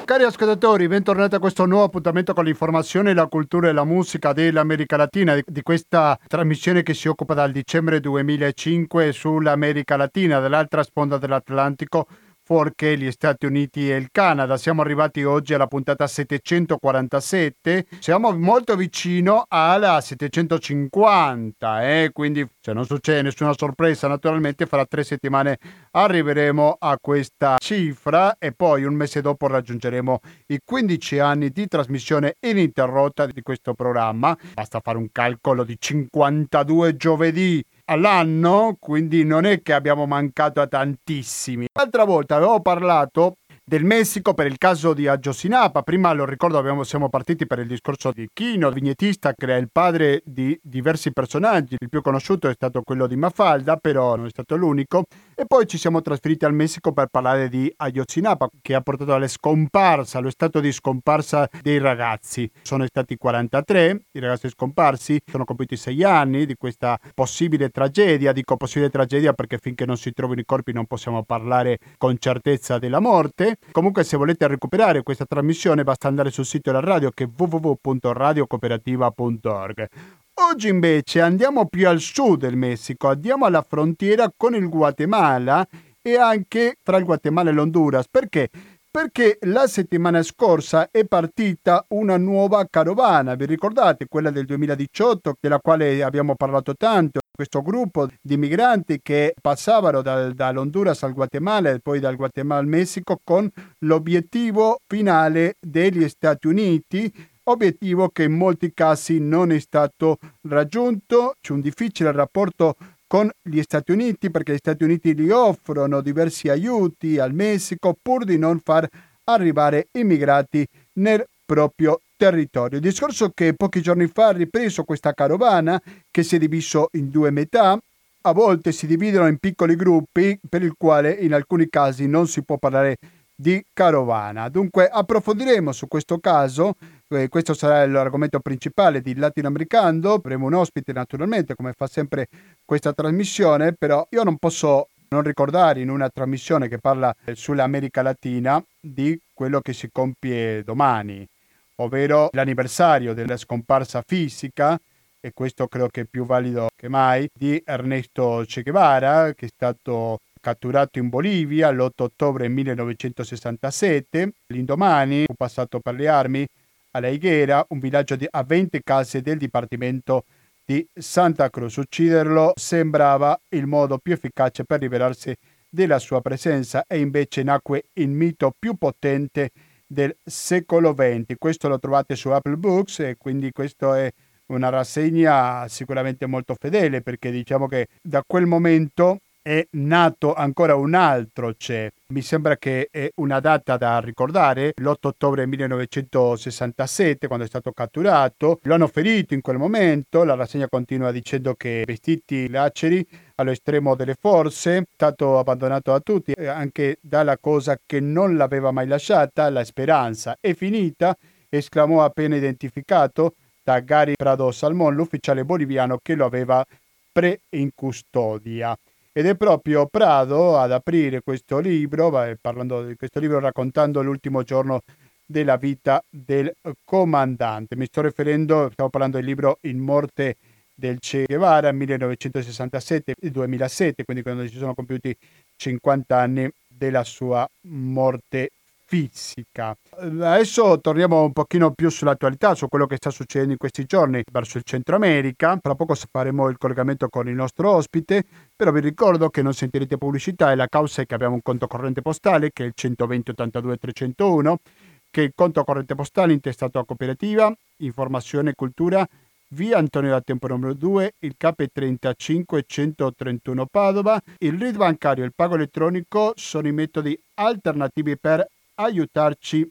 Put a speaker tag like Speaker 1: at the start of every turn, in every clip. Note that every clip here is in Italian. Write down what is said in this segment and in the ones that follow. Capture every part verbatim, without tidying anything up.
Speaker 1: Cari ascoltatori, bentornati a questo nuovo appuntamento con l'informazione, la cultura e la musica dell'America Latina, di, di questa trasmissione che si occupa dal dicembre duemilacinque sull'America Latina, dall'altra sponda dell'Atlantico, fuorché gli Stati Uniti e il Canada. Siamo arrivati oggi alla puntata settecentoquarantasette, siamo molto vicino alla settecentocinquanta, eh? Quindi se non succede nessuna sorpresa, naturalmente fra tre settimane arriveremo a questa cifra e poi un mese dopo raggiungeremo i quindici anni di trasmissione ininterrotta di questo programma. Basta fare un calcolo di cinquantadue giovedì all'anno, quindi non è che abbiamo mancato a tantissimi. L'altra volta avevo parlato del Messico per il caso di Ayotzinapa. Prima, lo ricordo, abbiamo, siamo partiti per il discorso di Kino, il vignettista che è il padre di diversi personaggi. Il più conosciuto è stato quello di Mafalda, però non è stato l'unico. E poi ci siamo trasferiti al Messico per parlare di Ayotzinapa, che ha portato alla scomparsa, allo stato di scomparsa dei ragazzi. Sono stati quarantatré i ragazzi scomparsi, sono compiuti sei anni di questa possibile tragedia. Dico possibile tragedia perché finché non si trovino i corpi non possiamo parlare con certezza della morte. Comunque, se volete recuperare questa trasmissione basta andare sul sito della radio, che è w w w punto radio cooperativa punto org. Oggi invece andiamo più al sud del Messico, andiamo alla frontiera con il Guatemala e anche tra il Guatemala e l'Honduras. Perché? Perché la settimana scorsa è partita una nuova carovana, vi ricordate? Quella del duemiladiciotto, della quale abbiamo parlato tanto, questo gruppo di migranti che passavano dal, dall'Honduras al Guatemala e poi dal Guatemala al Messico con l'obiettivo finale degli Stati Uniti, obiettivo che in molti casi non è stato raggiunto. C'è un difficile rapporto con gli Stati Uniti perché gli Stati Uniti gli offrono diversi aiuti al Messico pur di non far arrivare immigrati nel proprio territorio. Il discorso che pochi giorni fa ha ripreso questa carovana, che si è diviso in due metà. A volte si dividono in piccoli gruppi, per il quale in alcuni casi non si può parlare di carovana. Dunque approfondiremo su questo caso. Eh, questo sarà l'argomento principale di Latinoamericano. Avremo un ospite naturalmente, come fa sempre questa trasmissione, però io non posso non ricordare in una trasmissione che parla sull'America Latina di quello che si compie domani, ovvero l'anniversario della scomparsa fisica, e questo credo che è più valido che mai, di Ernesto Che Guevara, che è stato catturato in Bolivia l'otto ottobre millenovecentosessantasette. L'indomani fu passato per le armi alla Higuera, un villaggio di, a venti case del dipartimento di Santa Cruz. Ucciderlo sembrava il modo più efficace per liberarsi della sua presenza e invece nacque il mito più potente del secolo venti. Questo lo trovate su Apple Books e quindi questo è una rassegna sicuramente molto fedele, perché diciamo che da quel momento è nato ancora un altro Che. Mi sembra che è una data da ricordare, l'otto ottobre millenovecentosessantasette, quando è stato catturato. Lo hanno ferito in quel momento. La rassegna continua dicendo che vestiti laceri all'estremo delle forze, è stato abbandonato da tutti, anche dalla cosa che non l'aveva mai lasciata, la speranza è finita, esclamò appena identificato da Gary Prado Salmon, l'ufficiale boliviano che lo aveva pre in custodia. Ed è proprio Prado ad aprire questo libro, parlando di questo libro, raccontando l'ultimo giorno della vita del comandante. Mi sto riferendo, stiamo parlando del libro In morte del Che Guevara, millenovecentosessantasette duemilasette, quindi quando si sono compiuti cinquanta anni della sua morte fisica. Adesso torniamo un pochino più sull'attualità, su quello che sta succedendo in questi giorni verso il Centro America. Tra poco faremo il collegamento con il nostro ospite, però vi ricordo che non sentirete pubblicità e la causa è che abbiamo un conto corrente postale che è il centoventi ottantadue trecentouno, che è il conto corrente postale intestato a Cooperativa Informazione e Cultura, via Antonio da Tempo numero due, il C A P trentacinque centotrentuno Padova. Il R I D bancario e il pago elettronico sono i metodi alternativi per aiutarci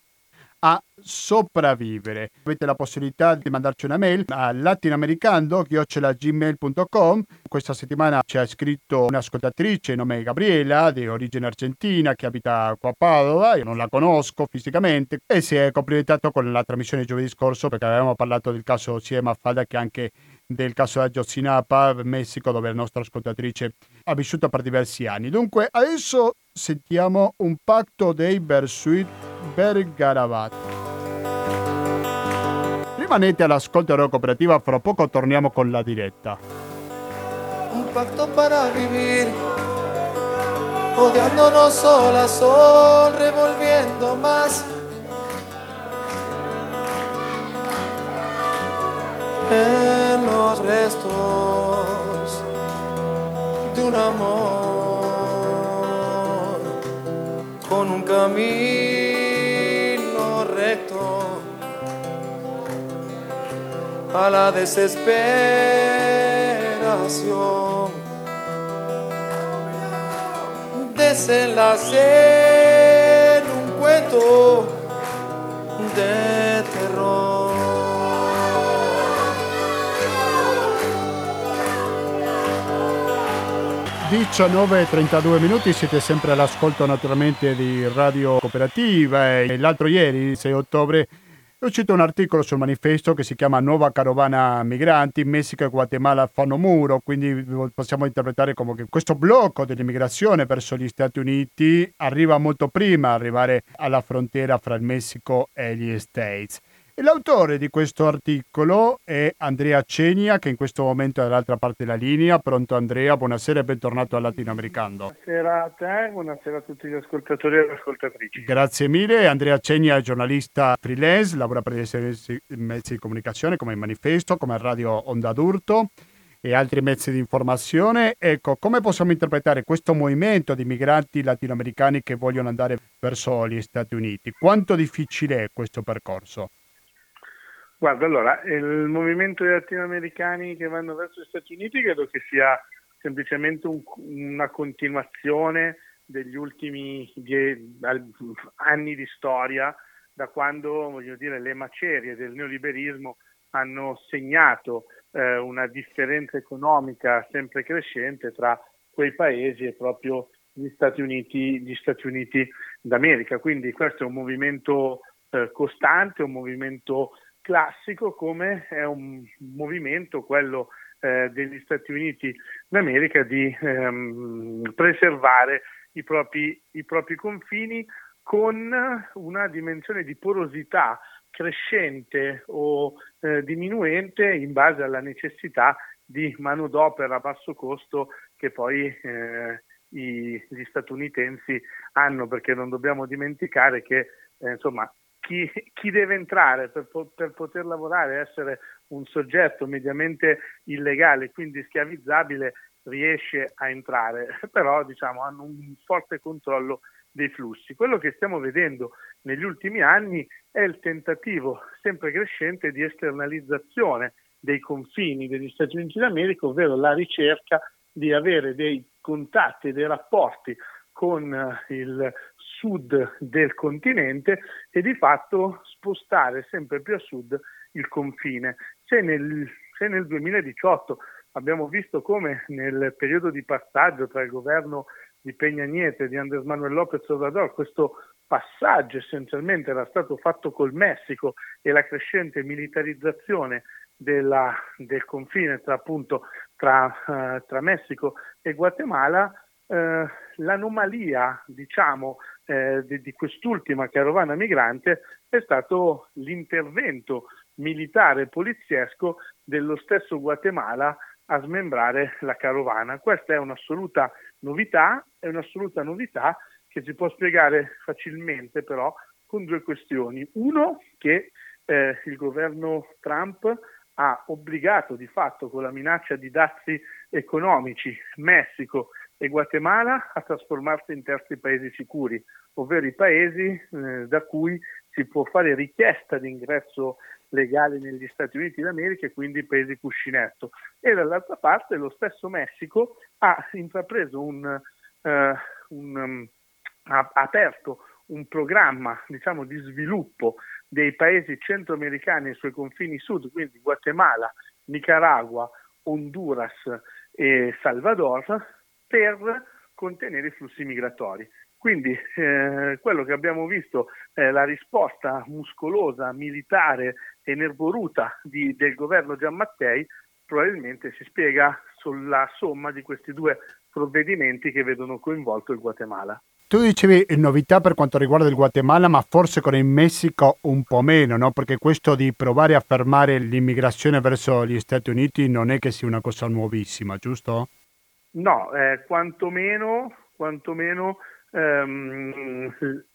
Speaker 1: a sopravvivere. Avete la possibilità di mandarci una mail a latinoamericano chiocciola gmail punto com. Questa settimana ci ha scritto un'ascoltatrice, nome Gabriela, di origine argentina, che abita qua a Padova. Io non la conosco fisicamente e si è complimentato con la trasmissione di giovedì scorso, perché avevamo parlato del caso sia Mafalda che anche del caso di Ayotzinapa, Messico, dove la nostra ascoltatrice ha vissuto per diversi anni. Dunque adesso sentiamo un pacto dei Bersuit Vergarabat. Rimanete all'ascolto della cooperativa, fra poco torniamo con la diretta.
Speaker 2: Un pacto para vivir, odiándonos sol a sol, revolviendo más en los restos de un amor con un camino recto a la desesperación, desenlace en un cuento de terror.
Speaker 1: diciannove e trentadue minuti, siete sempre all'ascolto naturalmente di Radio Cooperativa e l'altro ieri, il sei ottobre, è uscito un articolo sul manifesto che si chiama Nuova carovana migranti, Messico e Guatemala fanno muro, quindi possiamo interpretare come che questo blocco dell'immigrazione verso gli Stati Uniti arriva molto prima di arrivare alla frontiera fra il Messico e gli States. E l'autore di questo articolo è Andrea Cegna, che in questo momento è dall'altra parte della linea. Pronto Andrea, buonasera e bentornato al Latinoamericano.
Speaker 3: Buonasera a te, buonasera a tutti gli ascoltatori e le ascoltatrici.
Speaker 1: Grazie mille. Andrea Cegna è giornalista freelance, lavora per diversi mezzi di comunicazione come il Manifesto, come Radio Onda d'Urto e altri mezzi di informazione. Ecco, come possiamo interpretare questo movimento di migranti latinoamericani che vogliono andare verso gli Stati Uniti? Quanto difficile è questo percorso?
Speaker 3: Guarda, allora, il movimento dei latinoamericani che vanno verso gli Stati Uniti credo che sia semplicemente un, una continuazione degli ultimi die, anni di storia, da quando, voglio dire, le macerie del neoliberismo hanno segnato eh, una differenza economica sempre crescente tra quei paesi e proprio gli Stati Uniti, gli Stati Uniti d'America. Quindi questo è un movimento eh, costante, un movimento classico, come è un movimento, quello eh, degli Stati Uniti d'America, di ehm, preservare i propri, i propri confini con una dimensione di porosità crescente o eh, diminuente in base alla necessità di manodopera a basso costo che poi eh, i, gli statunitensi hanno, perché non dobbiamo dimenticare che eh, insomma Chi, chi deve entrare per, per poter lavorare e essere un soggetto mediamente illegale, quindi schiavizzabile, riesce a entrare, però diciamo hanno un forte controllo dei flussi. Quello che stiamo vedendo negli ultimi anni è il tentativo sempre crescente di esternalizzazione dei confini degli Stati Uniti d'America, ovvero la ricerca di avere dei contatti e dei rapporti con il sud del continente e di fatto spostare sempre più a sud il confine. Se nel, se nel duemiladiciotto abbiamo visto come nel periodo di passaggio tra il governo di Peña Nieto e di Andrés Manuel López Obrador questo passaggio essenzialmente era stato fatto col Messico e la crescente militarizzazione della, del confine tra appunto tra, uh, tra Messico e Guatemala, Uh, l'anomalia, diciamo, eh, di, di quest'ultima carovana migrante è stato l'intervento militare poliziesco dello stesso Guatemala a smembrare la carovana. Questa è un'assoluta novità, è un'assoluta novità che si può spiegare facilmente però con due questioni. Uno, che eh, il governo Trump ha obbligato di fatto con la minaccia di dazi economici Messico e Guatemala a trasformarsi in terzi paesi sicuri, ovvero i paesi eh, da cui si può fare richiesta di ingresso legale negli Stati Uniti d'America e quindi paesi cuscinetto. E dall'altra parte lo stesso Messico ha intrapreso un, eh, un um, ha aperto un programma, diciamo, di sviluppo dei paesi centroamericani ai suoi confini sud, quindi Guatemala, Nicaragua, Honduras e Salvador, per contenere i flussi migratori. Quindi eh, quello che abbiamo visto è la risposta muscolosa, militare e nerboruta di, del governo Giammattei, probabilmente si spiega sulla somma di questi due provvedimenti che vedono coinvolto il Guatemala.
Speaker 1: Tu dicevi novità per quanto riguarda il Guatemala, ma forse con il Messico un po' meno, no? Perché questo di provare a fermare l'immigrazione verso gli Stati Uniti non è che sia una cosa nuovissima, giusto?
Speaker 3: No, eh, quantomeno, quantomeno ehm,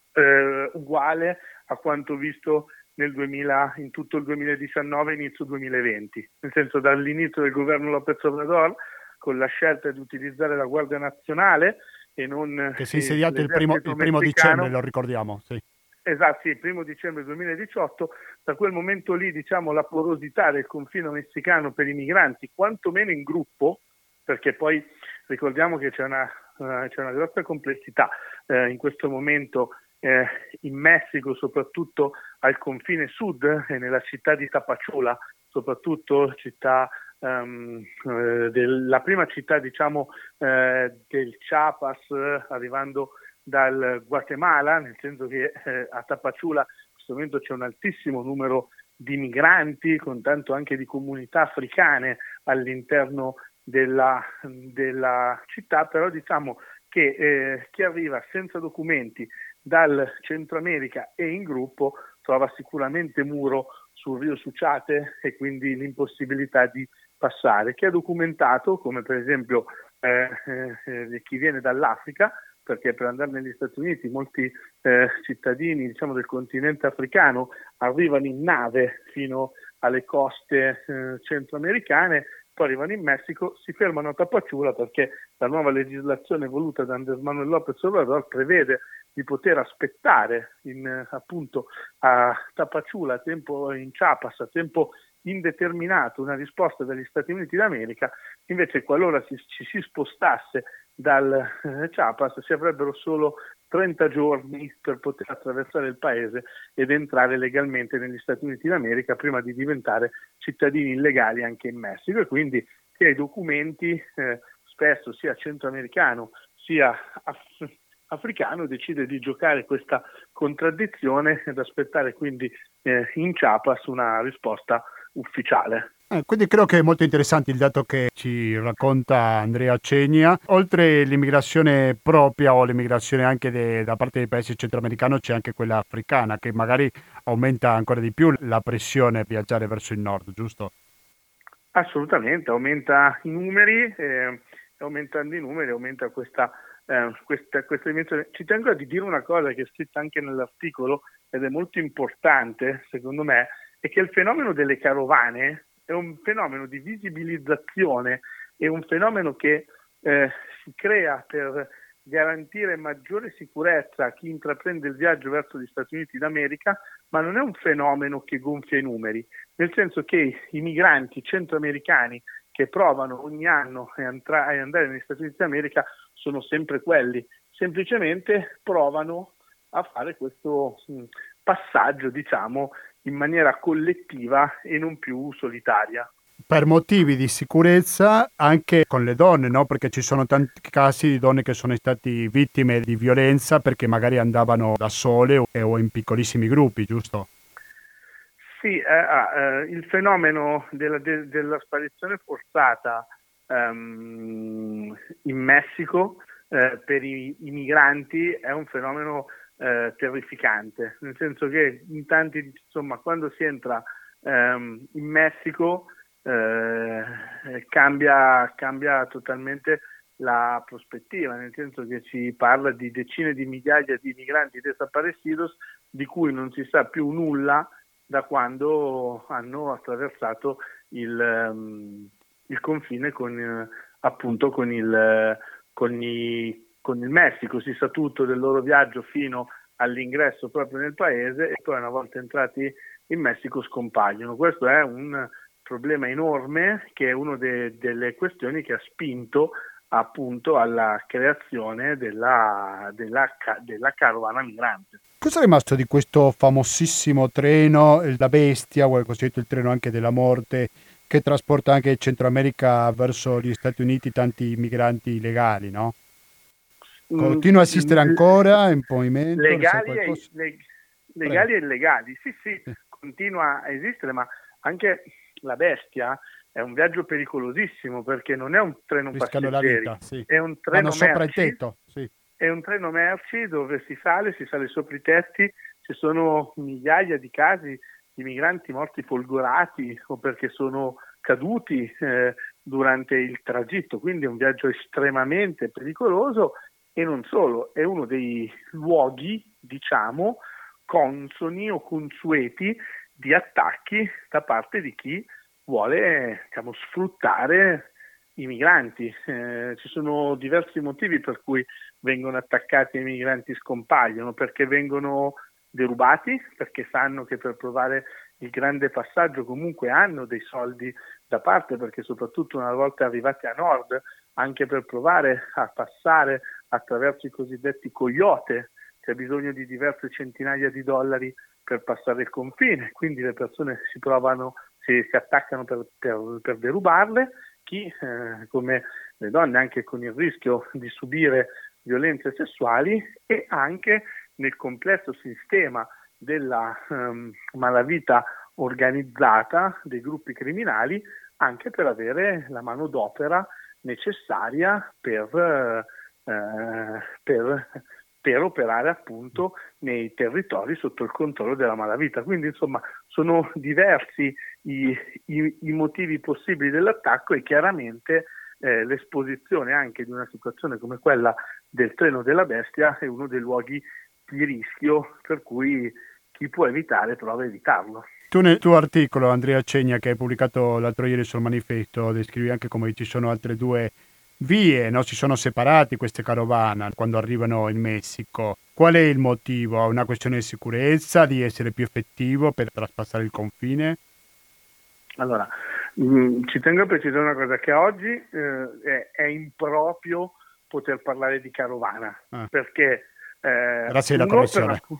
Speaker 3: eh, uguale a quanto visto nel duemila, in tutto il duemiladiciannove, inizio duemilaventi. Nel senso, dall'inizio del governo López Obrador, con la scelta di utilizzare la Guardia Nazionale e non
Speaker 1: Che si è
Speaker 3: eh,
Speaker 1: insediato il primo,
Speaker 3: l'esercito
Speaker 1: il primo dicembre,
Speaker 3: messicano.
Speaker 1: lo ricordiamo, sì.
Speaker 3: Esatto, sì, il primo dicembre duemiladiciotto, da quel momento lì, diciamo, la porosità del confine messicano per i migranti, quantomeno in gruppo, perché poi ricordiamo che c'è una, uh, c'è una grossa complessità eh, in questo momento eh, in Messico, soprattutto al confine sud e nella città di Tapachula, soprattutto città um, eh, della prima città, diciamo, eh, del Chiapas, eh, arrivando dal Guatemala, nel senso che eh, a Tapachula in questo momento c'è un altissimo numero di migranti, con tanto anche di comunità africane all'interno della, della città, però diciamo che eh, chi arriva senza documenti dal Centro America e in gruppo trova sicuramente muro sul Rio Suciate e quindi l'impossibilità di passare. Chi è documentato, come per esempio eh, eh, chi viene dall'Africa, perché per andare negli Stati Uniti molti eh, cittadini, diciamo, del continente africano arrivano in nave fino alle coste eh, centroamericane, poi arrivano in Messico, si fermano a Tapachula perché la nuova legislazione voluta da Andrés Manuel López Obrador prevede di poter aspettare in, appunto a Tapachula, a tempo in Chiapas, a tempo indeterminato, una risposta dagli Stati Uniti d'America. Invece qualora ci, ci si spostasse dal eh, Chiapas si avrebbero solo trenta giorni per poter attraversare il paese ed entrare legalmente negli Stati Uniti d'America prima di diventare cittadini illegali anche in Messico, e quindi chi ha i documenti eh, spesso sia centroamericano sia af- africano decide di giocare questa contraddizione ed aspettare quindi eh, in Chiapas una risposta ufficiale.
Speaker 1: Eh, quindi credo che è molto interessante il dato che ci racconta Andrea Cegna. Oltre l'immigrazione propria o l'immigrazione anche de, da parte dei paesi centroamericani, c'è anche quella africana che magari aumenta ancora di più la pressione a viaggiare verso il nord, giusto?
Speaker 3: Assolutamente, aumenta i numeri, eh, aumentando i numeri aumenta questa, eh, questa, questa dimensione. Ci tengo a dire una cosa che è scritta anche nell'articolo ed è molto importante, secondo me, è che il fenomeno delle carovane è un fenomeno di visibilizzazione, è un fenomeno che eh, si crea per garantire maggiore sicurezza a chi intraprende il viaggio verso gli Stati Uniti d'America, ma non è un fenomeno che gonfia i numeri, nel senso che i migranti centroamericani che provano ogni anno a andare negli Stati Uniti d'America sono sempre quelli, semplicemente provano a fare questo passaggio, diciamo, in maniera collettiva e non più solitaria.
Speaker 1: Per motivi di sicurezza anche con le donne, no? Perché ci sono tanti casi di donne che sono stati vittime di violenza perché magari andavano da sole o, o in piccolissimi gruppi, giusto?
Speaker 3: Sì, eh, eh, il fenomeno della, de, della sparizione forzata um, in Messico eh, per i, i migranti è un fenomeno eh, terrificante, nel senso che in tanti, insomma, quando si entra um, in Messico eh, cambia, cambia totalmente la prospettiva, nel senso che si parla di decine di migliaia di migranti desaparecidos di cui non si sa più nulla da quando hanno attraversato il, um, il confine con, uh, appunto con il, con, i, con il Messico. Si sa tutto del loro viaggio fino all'ingresso proprio nel paese e poi una volta entrati in Messico scompaiono. Questo è un problema enorme che è una de- delle questioni che ha spinto appunto alla creazione della, della, della carovana migrante.
Speaker 1: Cosa è rimasto di questo famosissimo treno, la Bestia, o è cosiddetto il treno anche della morte, che trasporta anche in Centro America verso gli Stati Uniti tanti migranti illegali, no? Continua a esistere ancora in movimento?
Speaker 3: Legali, e, leg- legali e illegali, sì, sì,
Speaker 1: sì,
Speaker 3: continua a esistere, ma anche la Bestia è un viaggio pericolosissimo perché non è un treno
Speaker 1: rischiano la
Speaker 3: passeggeri,
Speaker 1: vita, sì.
Speaker 3: è un
Speaker 1: Vanno
Speaker 3: treno
Speaker 1: sopra il
Speaker 3: merci.
Speaker 1: tetto, sì.
Speaker 3: è un treno merci dove si sale, si sale sopra i tetti, ci sono migliaia di casi di migranti morti folgorati o perché sono caduti eh, durante il tragitto, quindi è un viaggio estremamente pericoloso e non solo, è uno dei luoghi, diciamo, consoni o consueti di attacchi da parte di chi vuole, diciamo, sfruttare i migranti. Eh, ci sono diversi motivi per cui vengono attaccati e i migranti scompaiono, perché vengono derubati, perché sanno che per provare il grande passaggio comunque hanno dei soldi da parte, perché soprattutto una volta arrivati a nord, anche per provare a passare attraverso i cosiddetti coyote, c'è bisogno di diverse centinaia di dollari per passare il confine, quindi le persone si provano, si, si attaccano per, per, per derubarle, chi eh, come le donne anche con il rischio di subire violenze sessuali e anche nel complesso sistema della um, malavita organizzata dei gruppi criminali anche per avere la manodopera necessaria per, eh, per, per operare appunto nei territori sotto il controllo della malavita. Quindi insomma sono diversi i, i, i motivi possibili dell'attacco e chiaramente eh, l'esposizione anche di una situazione come quella del treno della bestia è uno dei luoghi di rischio per cui chi può evitare prova a evitarlo.
Speaker 1: Tu nel tuo articolo, Andrea Cegna, che hai pubblicato l'altro ieri sul Manifesto, descrivi anche come ci sono altre due vie, no? Si sono separati queste carovane quando arrivano in Messico. Qual è il motivo? Una questione di sicurezza, di essere più effettivo per traspassare il confine?
Speaker 3: Allora, mh, ci tengo a precisare una cosa, che oggi eh, è, è improprio poter parlare di carovana, ah. perché eh,
Speaker 1: Grazie alla correzione.
Speaker 3: Per,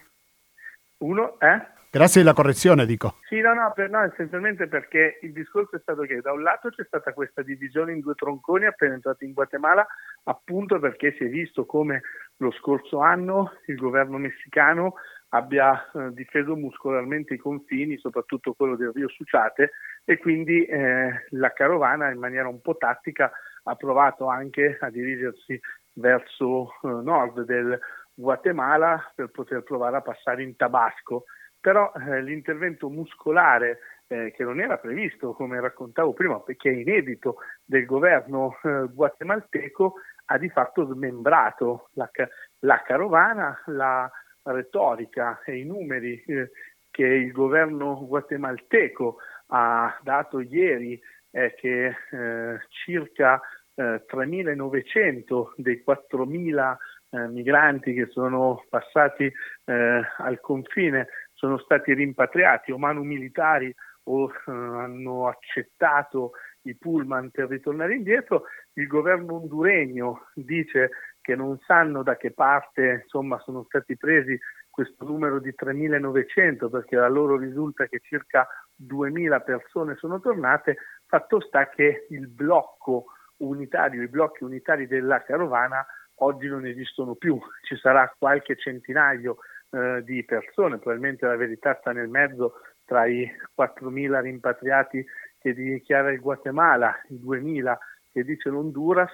Speaker 3: uno, eh?
Speaker 1: Grazie alla correzione, dico.
Speaker 3: Sì, no, no, per, no, essenzialmente perché il discorso è stato che da un lato c'è stata questa divisione in due tronconi appena entrati in Guatemala, appunto perché si è visto come lo scorso anno il governo messicano abbia eh, difeso muscolarmente i confini, soprattutto quello del Rio Suciate, e quindi eh, la carovana in maniera un po' tattica ha provato anche a dirigersi verso eh, nord del Guatemala per poter provare a passare in Tabasco. Però eh, l'intervento muscolare eh, che non era previsto, come raccontavo prima, perché è inedito, del governo eh, guatemalteco, ha di fatto smembrato la, la carovana, la retorica e i numeri eh, che il governo guatemalteco ha dato ieri è che eh, circa eh, tremilanovecento dei quattromila eh, migranti che sono passati eh, al confine sono stati rimpatriati o manu militari o eh, hanno accettato i pullman per ritornare indietro. Il governo honduregno dice che non sanno da che parte insomma sono stati presi questo numero di tremilanovecento, perché a loro risulta che circa duemila persone sono tornate. Fatto sta che il blocco unitario, i blocchi unitari della carovana oggi non esistono più, ci sarà qualche centinaio eh, di persone, probabilmente la verità sta nel mezzo tra i quattromila rimpatriati che dichiara il Guatemala, i duemila che dice l'Honduras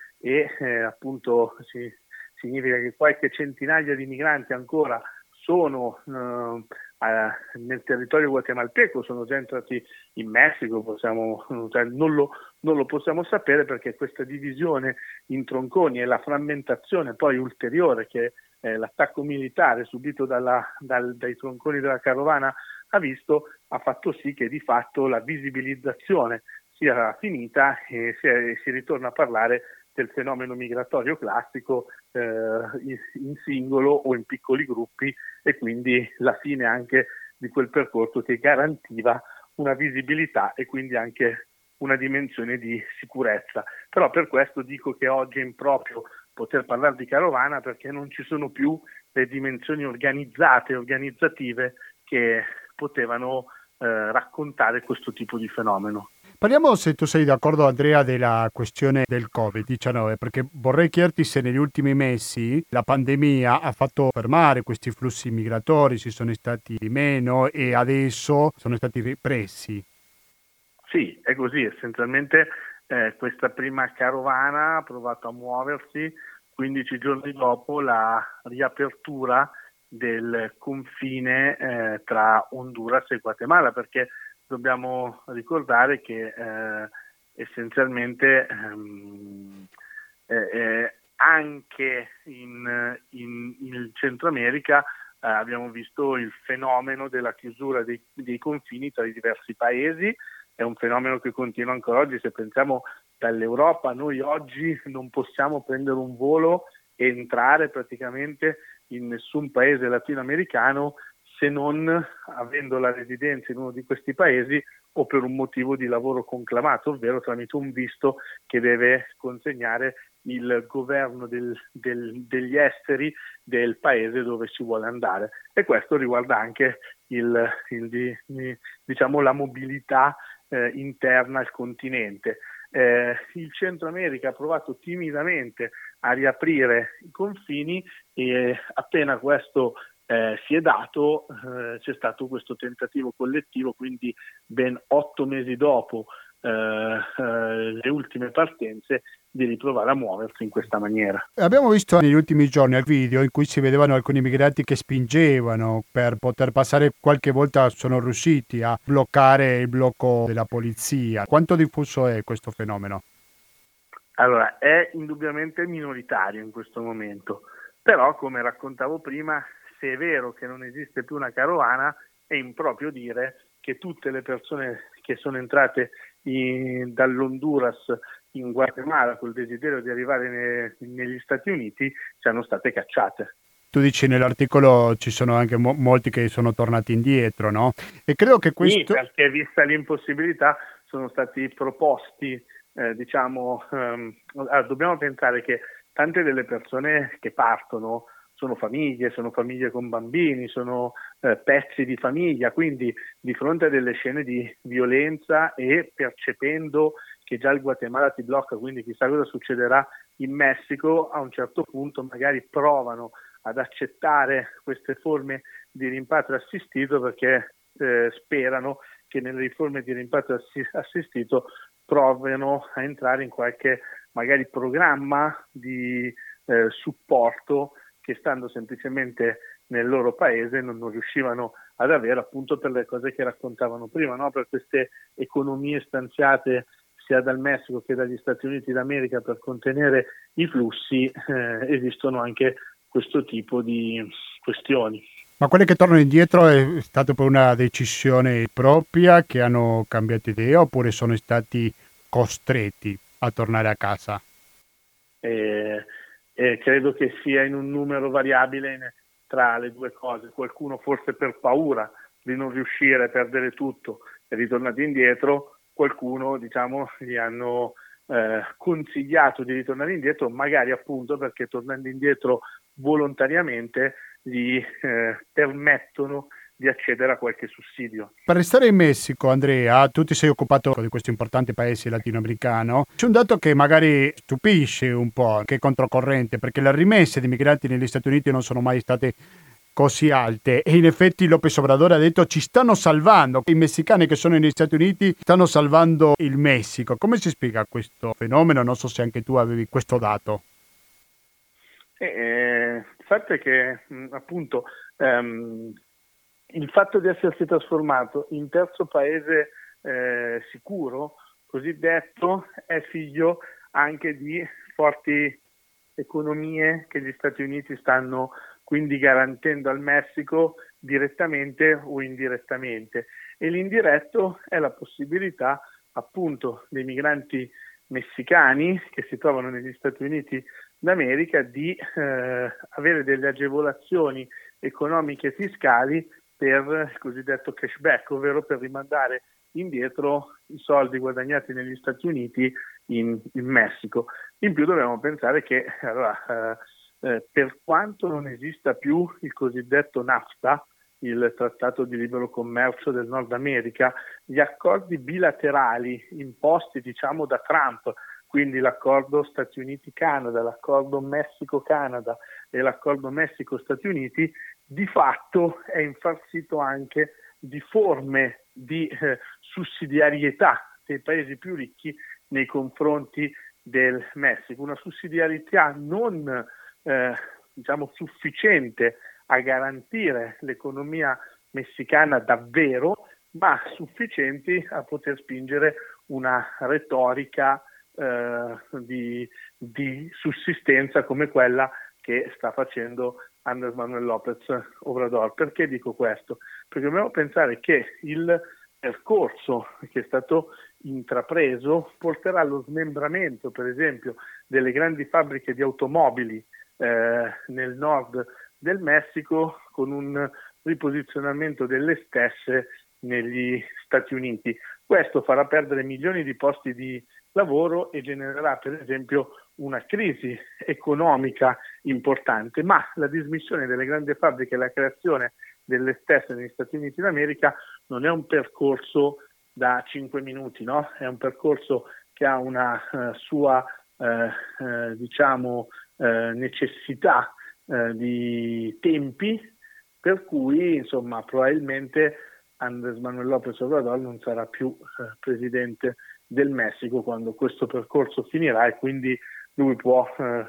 Speaker 3: e eh, appunto si, significa che qualche centinaia di migranti ancora sono eh, eh, nel territorio guatemalteco, sono già entrati in Messico, possiamo, cioè non, lo, non lo possiamo sapere perché questa divisione in tronconi e la frammentazione poi ulteriore che eh, l'attacco militare subito dalla, dal, dai tronconi della carovana ha visto, ha fatto sì che di fatto la visibilizzazione sia finita e si, è, si ritorna a parlare del fenomeno migratorio classico eh, in, in singolo o in piccoli gruppi e quindi la fine anche di quel percorso che garantiva una visibilità e quindi anche una dimensione di sicurezza. Però per questo dico che oggi è improprio poter parlare di carovana perché non ci sono più le dimensioni organizzate, organizzative che potevano eh, raccontare questo tipo di fenomeno.
Speaker 1: Parliamo, se tu sei d'accordo Andrea, della questione del covid diciannove, perché vorrei chiederti se negli ultimi mesi la pandemia ha fatto fermare questi flussi migratori, si sono stati di meno e adesso sono stati ripresi.
Speaker 3: Sì, è così, essenzialmente eh, questa prima carovana ha provato a muoversi quindici giorni dopo la riapertura del confine eh, tra Honduras e Guatemala, perché dobbiamo ricordare che eh, essenzialmente ehm, eh, eh, anche in, in, in Centro America eh, abbiamo visto il fenomeno della chiusura dei, dei confini tra i diversi paesi. È un fenomeno che continua ancora oggi. Se pensiamo dall'Europa, noi oggi non possiamo prendere un volo e entrare praticamente in nessun paese latinoamericano se non avendo la residenza in uno di questi paesi o per un motivo di lavoro conclamato, ovvero tramite un visto che deve consegnare il governo del, del, degli esteri del paese dove si vuole andare. E questo riguarda anche il, il, diciamo, la mobilità eh, interna al continente. Eh, il Centro America ha provato timidamente a riaprire i confini e appena questo eh, si è dato eh, c'è stato questo tentativo collettivo, quindi ben otto mesi dopo eh, eh, le ultime partenze, di riprovare a muoversi in questa maniera.
Speaker 1: Abbiamo visto negli ultimi giorni il video in cui si vedevano alcuni migranti che spingevano per poter passare, qualche volta sono riusciti a bloccare il blocco della polizia. Quanto diffuso è questo fenomeno?
Speaker 3: Allora, è indubbiamente minoritario in questo momento, però come raccontavo prima, se è vero che non esiste più una carovana, è improprio dire che tutte le persone che sono entrate in, dall'Honduras in Guatemala col desiderio di arrivare ne, negli Stati Uniti siano state cacciate.
Speaker 1: Tu dici nell'articolo ci sono anche mo- molti che sono tornati indietro, no? E credo che questo...
Speaker 3: Sì, perché vista l'impossibilità sono stati proposti, eh, diciamo, ehm, allora, dobbiamo pensare che tante delle persone che partono sono famiglie, sono famiglie con bambini, sono eh, pezzi di famiglia, quindi di fronte a delle scene di violenza e percependo che già il Guatemala ti blocca, quindi chissà cosa succederà in Messico, a un certo punto magari provano ad accettare queste forme di rimpatrio assistito perché eh, sperano che nelle riforme di rimpatrio assistito provino a entrare in qualche magari programma di eh, supporto che stando semplicemente nel loro paese non, non riuscivano ad avere, appunto per le cose che raccontavano prima, no? Per queste economie stanziate sia dal Messico che dagli Stati Uniti d'America per contenere i flussi, eh, esistono anche questo tipo di questioni.
Speaker 1: Ma quelli che tornano indietro è stato per una decisione propria, che hanno cambiato idea, oppure sono stati costretti a tornare a casa?
Speaker 3: Eh, eh, credo che sia in un numero variabile tra le due cose. Qualcuno forse per paura di non riuscire a perdere tutto è ritornato indietro, qualcuno, diciamo, gli hanno eh, consigliato di ritornare indietro, magari appunto perché tornando indietro volontariamente gli eh, permettono di accedere a qualche sussidio.
Speaker 1: Per restare in Messico, Andrea, tu ti sei occupato di questo importante paese latinoamericano. C'è un dato che magari stupisce un po', che è controcorrente, perché le rimesse di migranti negli Stati Uniti non sono mai state così alte e in effetti López Obrador ha detto ci stanno salvando, i messicani che sono negli Stati Uniti stanno salvando il Messico. Come si spiega questo fenomeno? Non so se anche tu avevi questo dato.
Speaker 3: Eh, il fatto è che mh, appunto ehm, il fatto di essersi trasformato in terzo paese eh, sicuro, cosiddetto, è figlio anche di forti economie che gli Stati Uniti stanno quindi garantendo al Messico direttamente o indirettamente. E l'indiretto è la possibilità appunto dei migranti messicani che si trovano negli Stati Uniti d'America di eh, avere delle agevolazioni economiche e fiscali per il cosiddetto cashback, ovvero per rimandare indietro i soldi guadagnati negli Stati Uniti in, in Messico. In più dobbiamo pensare che allora, eh, eh, per quanto non esista più il cosiddetto NAFTA, il Trattato di Libero Commercio del Nord America, gli accordi bilaterali imposti diciamo da Trump, quindi l'accordo Stati Uniti-Canada, l'accordo Messico-Canada e l'accordo Messico-Stati Uniti, di fatto è infarcito anche di forme di eh, sussidiarietà dei paesi più ricchi nei confronti del Messico, una sussidiarietà non eh, diciamo sufficiente a garantire l'economia messicana davvero, ma sufficienti a poter spingere una retorica eh, di, di sussistenza come quella che sta facendo Andrés Manuel López Obrador. Perché dico questo? Perché dobbiamo pensare che il percorso che è stato intrapreso porterà allo smembramento, per esempio, delle grandi fabbriche di automobili eh, nel nord del Messico, con un riposizionamento delle stesse negli Stati Uniti. Questo farà perdere milioni di posti di lavoro e genererà, per esempio, una crisi economica importante, ma la dismissione delle grandi fabbriche e la creazione delle stesse negli Stati Uniti d'America non è un percorso da cinque minuti, no? È un percorso che ha una uh, sua uh, uh, diciamo uh, necessità uh, di tempi, per cui insomma probabilmente Andrés Manuel López Obrador non sarà più uh, presidente del Messico quando questo percorso finirà, e quindi lui può uh,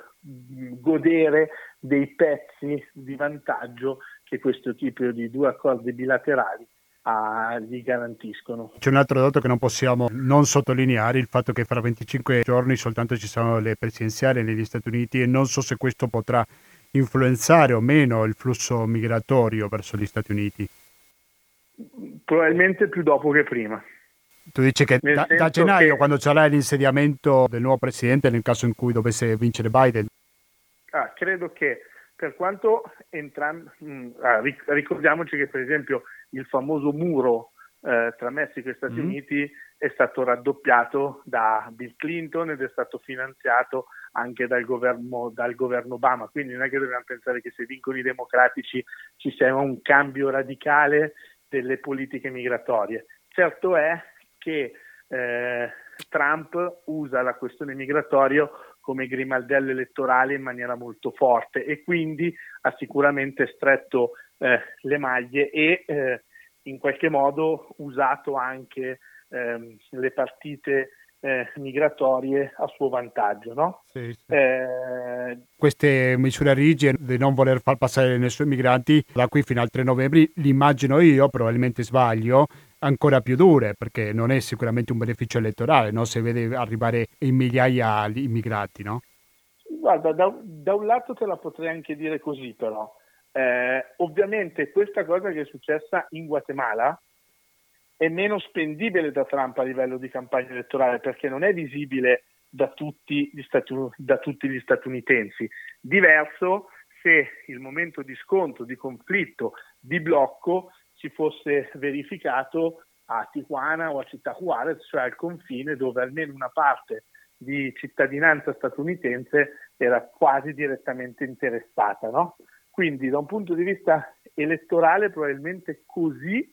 Speaker 3: godere dei pezzi di vantaggio che questo tipo di due accordi bilaterali ah, gli garantiscono.
Speaker 1: C'è un altro dato che non possiamo non sottolineare, il fatto che fra venticinque giorni soltanto ci saranno le presidenziali negli Stati Uniti, e non so se questo potrà influenzare o meno il flusso migratorio verso gli Stati Uniti.
Speaker 3: Probabilmente più dopo che prima.
Speaker 1: Tu dici che da, da gennaio, che... quando sarà l'insediamento del nuovo presidente, nel caso in cui dovesse vincere Biden?
Speaker 3: Ah, credo che per quanto entrambi... Ah, ricordiamoci che per esempio il famoso muro eh, tra Messico e Stati mm. Uniti è stato raddoppiato da Bill Clinton ed è stato finanziato anche dal governo, dal governo Obama, quindi non è che dobbiamo pensare che se vincono i democratici ci sia un cambio radicale delle politiche migratorie. Certo è che eh, Trump usa la questione migratoria come grimaldello elettorale in maniera molto forte, e quindi ha sicuramente stretto eh, le maglie e eh, in qualche modo usato anche eh, le partite eh, migratorie a suo vantaggio, no?
Speaker 1: Sì, sì.
Speaker 3: Eh,
Speaker 1: Queste misure rigide di non voler far passare nessun migranti da qui fino al tre novembre, li immagino io, probabilmente sbaglio, ancora più dure, perché non è sicuramente un beneficio elettorale, no? Se vede arrivare in migliaia di immigrati, no?
Speaker 3: Guarda, da, da un lato te la potrei anche dire così, però. Eh, ovviamente questa cosa che è successa in Guatemala è meno spendibile da Trump a livello di campagna elettorale, perché non è visibile da tutti gli, stati, da tutti gli statunitensi. Diverso se il momento di scontro, di conflitto, di blocco si fosse verificato a Tijuana o a Città Juárez, cioè al confine, dove almeno una parte di cittadinanza statunitense era quasi direttamente interessata, no? Quindi da un punto di vista elettorale probabilmente così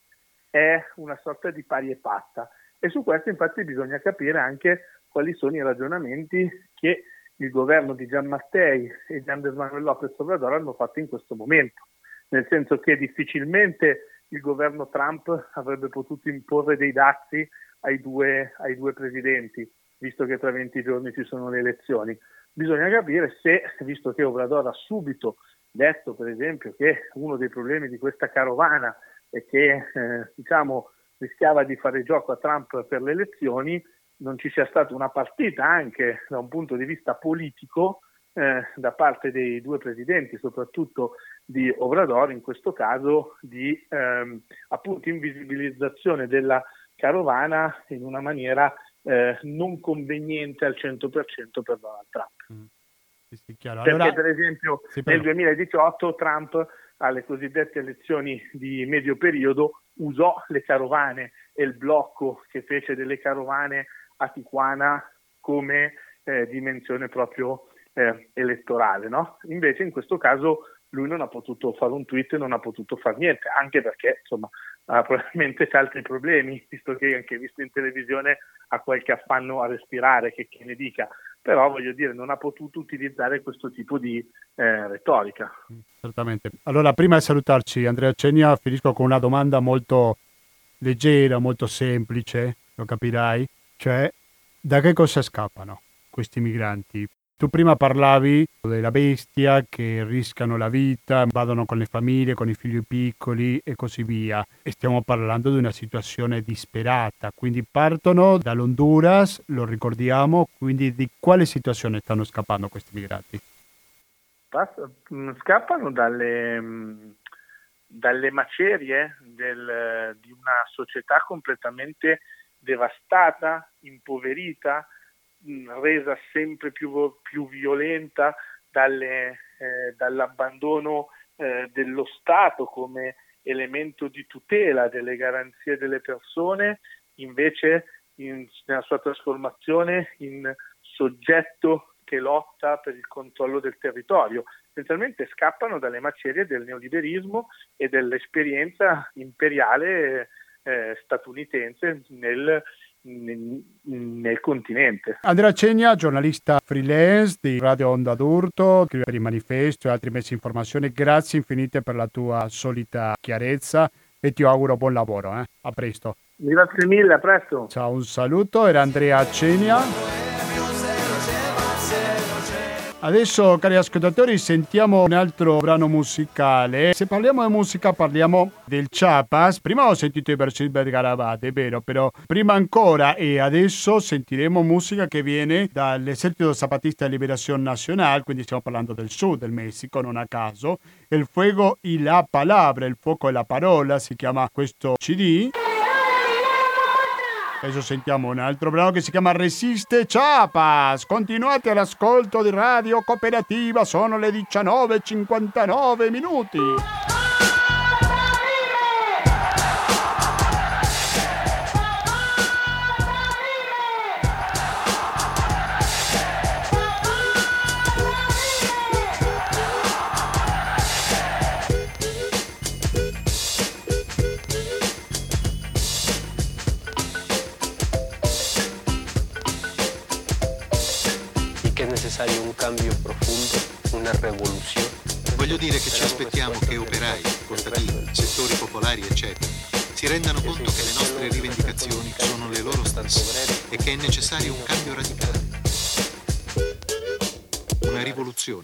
Speaker 3: è una sorta di pari e patta, e su questo infatti bisogna capire anche quali sono i ragionamenti che il governo di Gian Mattei e di Andrés Manuel López Obrador hanno fatto in questo momento, nel senso che difficilmente il governo Trump avrebbe potuto imporre dei dazi ai due, ai due presidenti, visto che tra venti giorni ci sono le elezioni. Bisogna capire se, visto che Obrador ha subito detto per esempio che uno dei problemi di questa carovana è che eh, diciamo rischiava di fare gioco a Trump per le elezioni, non ci sia stata una partita anche da un punto di vista politico eh, da parte dei due presidenti, soprattutto di Obrador, in questo caso di ehm, appunto invisibilizzazione della carovana in una maniera eh, non conveniente al cento per cento per Donald Trump.
Speaker 1: Mm. Sì, sì, chiaro.
Speaker 3: Perché
Speaker 1: allora...
Speaker 3: per esempio
Speaker 1: sì,
Speaker 3: nel duemiladiciotto Trump alle cosiddette elezioni di medio periodo usò le carovane e il blocco che fece delle carovane a Tijuana come eh, dimensione proprio eh, elettorale, no? Invece in questo caso lui non ha potuto fare un tweet, non ha potuto fare niente, anche perché insomma ha probabilmente altri problemi, visto che anche visto in televisione ha qualche affanno a respirare, che, che ne dica, però voglio dire non ha potuto utilizzare questo tipo di eh, retorica.
Speaker 1: Certamente. Allora, prima di salutarci, Andrea Cegna, finisco con una domanda molto leggera, molto semplice, lo capirai, cioè da che cosa scappano? questi migranti? Tu prima parlavi della bestia che rischiano la vita, vadano con le famiglie, con i figli piccoli e così via. E stiamo parlando di una situazione disperata. Quindi partono dall'Honduras, lo ricordiamo, quindi di quale situazione stanno scappando questi migranti?
Speaker 3: Scappano dalle, dalle macerie del, di una società completamente devastata, impoverita, resa sempre più, più violenta dalle, eh, dall'abbandono eh, dello Stato come elemento di tutela delle garanzie delle persone, invece in, nella sua trasformazione in soggetto che lotta per il controllo del territorio. Essenzialmente scappano dalle macerie del neoliberismo e dell'esperienza imperiale eh, statunitense nel Nel, nel continente.
Speaker 1: Andrea Cegna, giornalista freelance di Radio Onda d'Urto, scrive per il Manifesto e altri mezzi di informazione. Grazie infinite per la tua solita chiarezza e ti auguro buon lavoro. Eh? A presto.
Speaker 3: Grazie mille, a presto.
Speaker 1: Ciao, un saluto. Era Andrea Cegna. Adesso, cari ascoltatori, sentiamo un altro brano musicale. Se parliamo di musica, parliamo del Chiapas. Prima ho sentito i versi di Garabat, è vero, però prima ancora e adesso sentiremo musica che viene dall'Esercito Zapatista de Liberación Nacional, quindi stiamo parlando del sud del Messico, non a caso. El fuego y la palabra, il fuoco e la parola, si chiama questo C D. Adesso sentiamo un altro brano che si chiama Resiste Chiapas. Continuate all'ascolto di Radio Cooperativa, sono le diciannove e cinquantanove minuti.
Speaker 4: È necessario un cambio profondo, una rivoluzione.
Speaker 5: Voglio dire che ci aspettiamo che operai, contadini, settori popolari, eccetera, si rendano conto che le nostre rivendicazioni sono le loro stesse e che è necessario un cambio radicale. Una rivoluzione.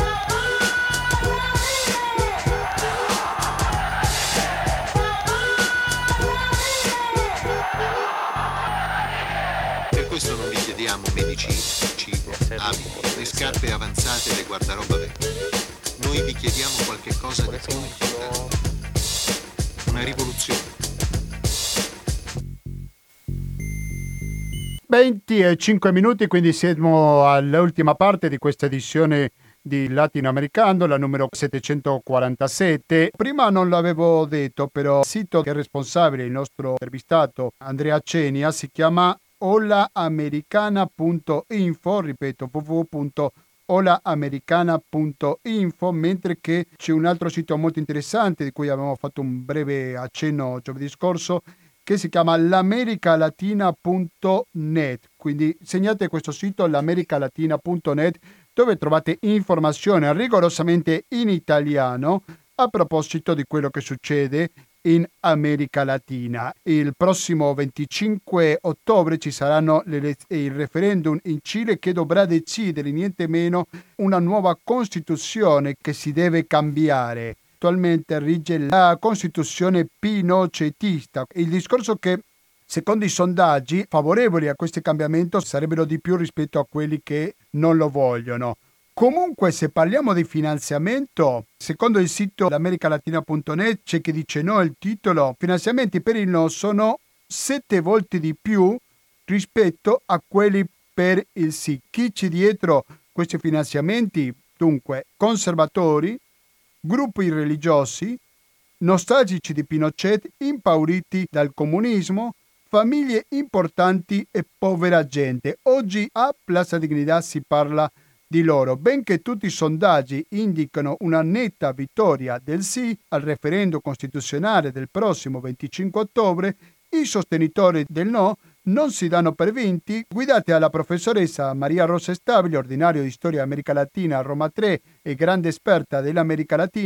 Speaker 5: Per questo non vi chiediamo medicina, cibo, abiti, le scarpe avanzate e le guardaroba vecchie. Noi vi chiediamo qualche cosa di più importante. Una rivoluzione.
Speaker 1: venticinque minuti, quindi siamo all'ultima parte di questa edizione di Latinoamericano, la numero settecentoquarantasette. Prima non l'avevo detto, però il sito che è responsabile, il nostro intervistato Andrea Cegna, si chiama ola americana punto info, ripeto w w w punto ola americana punto info, mentre che c'è un altro sito molto interessante di cui abbiamo fatto un breve accenno giovedì scorso, che si chiama l'americalatina punto net. Quindi segnate questo sito, l'americalatina punto net, dove trovate informazioni rigorosamente in italiano a proposito di quello che succede in America Latina. Il prossimo venticinque ottobre ci saranno le, il referendum in Cile che dovrà decidere niente meno una nuova Costituzione che si deve cambiare. Attualmente rige la Costituzione pinochetista. Il discorso che secondo i sondaggi favorevoli a questo cambiamento sarebbero di più rispetto a quelli che non lo vogliono. Comunque, se parliamo di finanziamento, secondo il sito l'americalatina punto net c'è chi dice no, il titolo, finanziamenti per il no sono sette volte di più rispetto a quelli per il sì. Chi c'è dietro questi finanziamenti? Dunque, conservatori, gruppi religiosi, nostalgici di Pinochet, impauriti dal comunismo, famiglie importanti e povera gente. Oggi a Plaza Dignità si parla di loro, benché tutti i sondaggi indicano una netta vittoria del sì al referendum costituzionale del prossimo venticinque ottobre, i sostenitori del no non si danno per vinti. Guidati dalla professoressa Maria Rosa Stabile, ordinario di Storia America Latina a Roma tre e grande esperta dell'America Latina,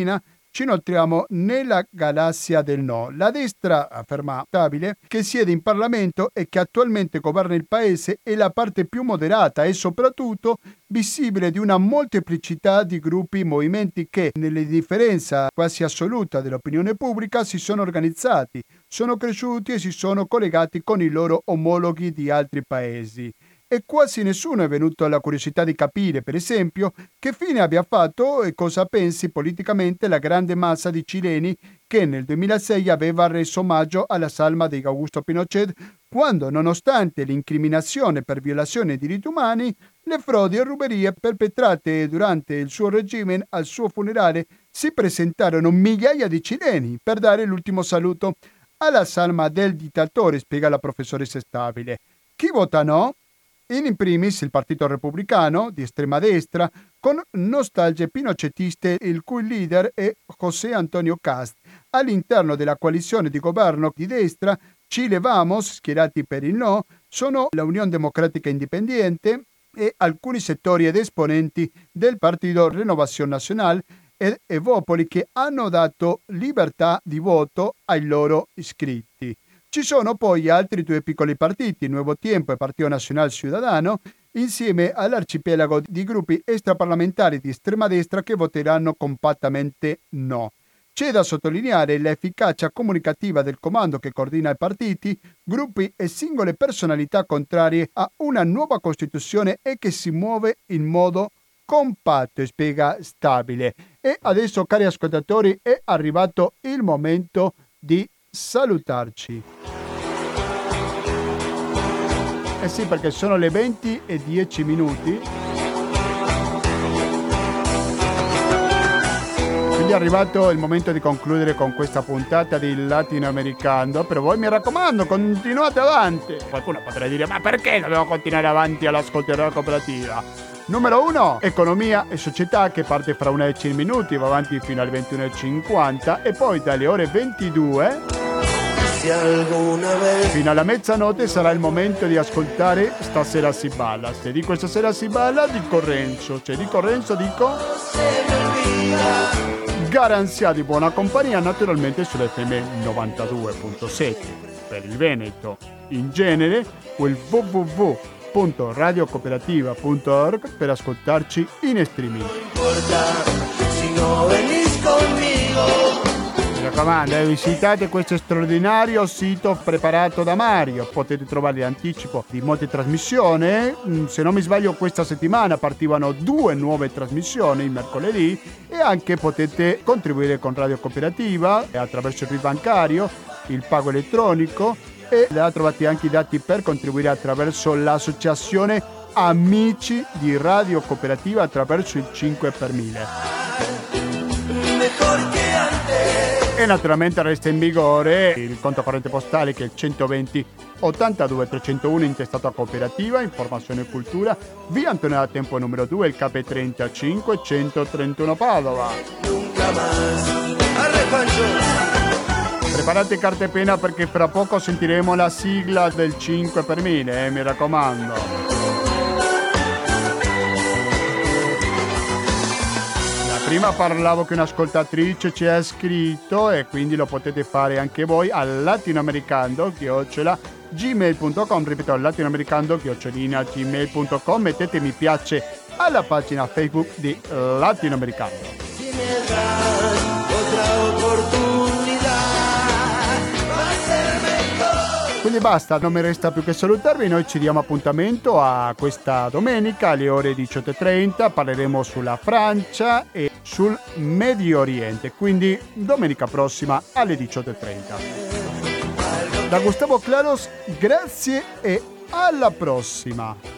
Speaker 1: ci inoltriamo nella galassia del no. La destra, afferma Stabile, che siede in Parlamento e che attualmente governa il paese, è la parte più moderata e soprattutto visibile di una molteplicità di gruppi e movimenti che, nell'indifferenza quasi assoluta dell'opinione pubblica, si sono organizzati, sono cresciuti e si sono collegati con i loro omologhi di altri paesi. E quasi nessuno è venuto alla curiosità di capire, per esempio, che fine abbia fatto e cosa pensi politicamente la grande massa di cileni che nel duemilasei aveva reso omaggio alla salma di Augusto Pinochet, quando, nonostante l'incriminazione per violazione dei diritti umani, le frodi e ruberie perpetrate durante il suo regime al suo funerale, si presentarono migliaia di cileni per dare l'ultimo saluto alla salma del dittatore, spiega la professoressa Stabile. Chi vota no? In primis il Partito Repubblicano, di estrema destra, con nostalgie pinochetiste, il cui leader è José Antonio Cast. All'interno della coalizione di governo di destra, Chile Vamos, schierati per il no, sono la Unione Democratica Independiente e alcuni settori ed esponenti del Partito Renovación Nacional ed Evópoli, che hanno dato libertà di voto ai loro iscritti. Ci sono poi altri due piccoli partiti, Nuevo Tiempo e Partido Nacional Ciudadano, insieme all'arcipelago di gruppi extraparlamentari di estrema destra che voteranno compattamente no. C'è da sottolineare l'efficacia comunicativa del comando che coordina i partiti, gruppi e singole personalità contrarie a una nuova Costituzione e che si muove in modo compatto, spiega Stabile. E adesso, cari ascoltatori, è arrivato il momento di salutarci. Eh sì, perché sono le venti e dieci minuti. Quindi è arrivato il momento di concludere con questa puntata di Latinoamericano. Per voi mi raccomando, continuate avanti. Qualcuno potrà dire, ma perché dobbiamo continuare avanti all'ascolto della cooperativa? Numero uno, economia e società, che parte fra una decina di minuti, va avanti fino alle ventuno e cinquanta e poi dalle ore ventidue fino alla mezzanotte sarà il momento di ascoltare Stasera si balla. Se dico stasera si balla, dico Renzo. Se dico Renzo, dico garanzia di buona compagnia, naturalmente sull'F M novantadue virgola sette per il Veneto in genere, o il w w w punto radio cooperativa punto org per ascoltarci in streaming. Mi raccomando, eh, visitate questo straordinario sito preparato da Mario. Potete trovare l'anticipo di molte trasmissioni. Se non mi sbaglio, questa settimana partivano due nuove trasmissioni il mercoledì, e anche potete contribuire con Radio Cooperativa attraverso il R I bancario, il pago elettronico, e là trovate anche i dati per contribuire attraverso l'associazione Amici di Radio Cooperativa attraverso il cinque per mille. E naturalmente resta in vigore il conto corrente postale, che è il centoventi ottantadue trecentouno, intestato a Cooperativa, Informazione e Cultura, via Antonio da Tempo numero due, il K trentacinque centotrentuno Padova. Preparate carta e penna, perché fra poco sentiremo la sigla del cinque per mille, eh, mi raccomando. Prima parlavo che un'ascoltatrice ci ha scritto, e quindi lo potete fare anche voi al latinoamericando chiocciola gmail punto com. Ripeto, al latinoamericando chiocciola gmail punto com. Mettete mi piace alla pagina Facebook di Latinoamericando. Quindi basta, non mi resta più che salutarvi. Noi ci diamo appuntamento a questa domenica alle ore diciotto e trenta. Parleremo sulla Francia e sul Medio Oriente, quindi domenica prossima alle diciotto e trenta. Da Gustavo Claros, grazie e alla prossima.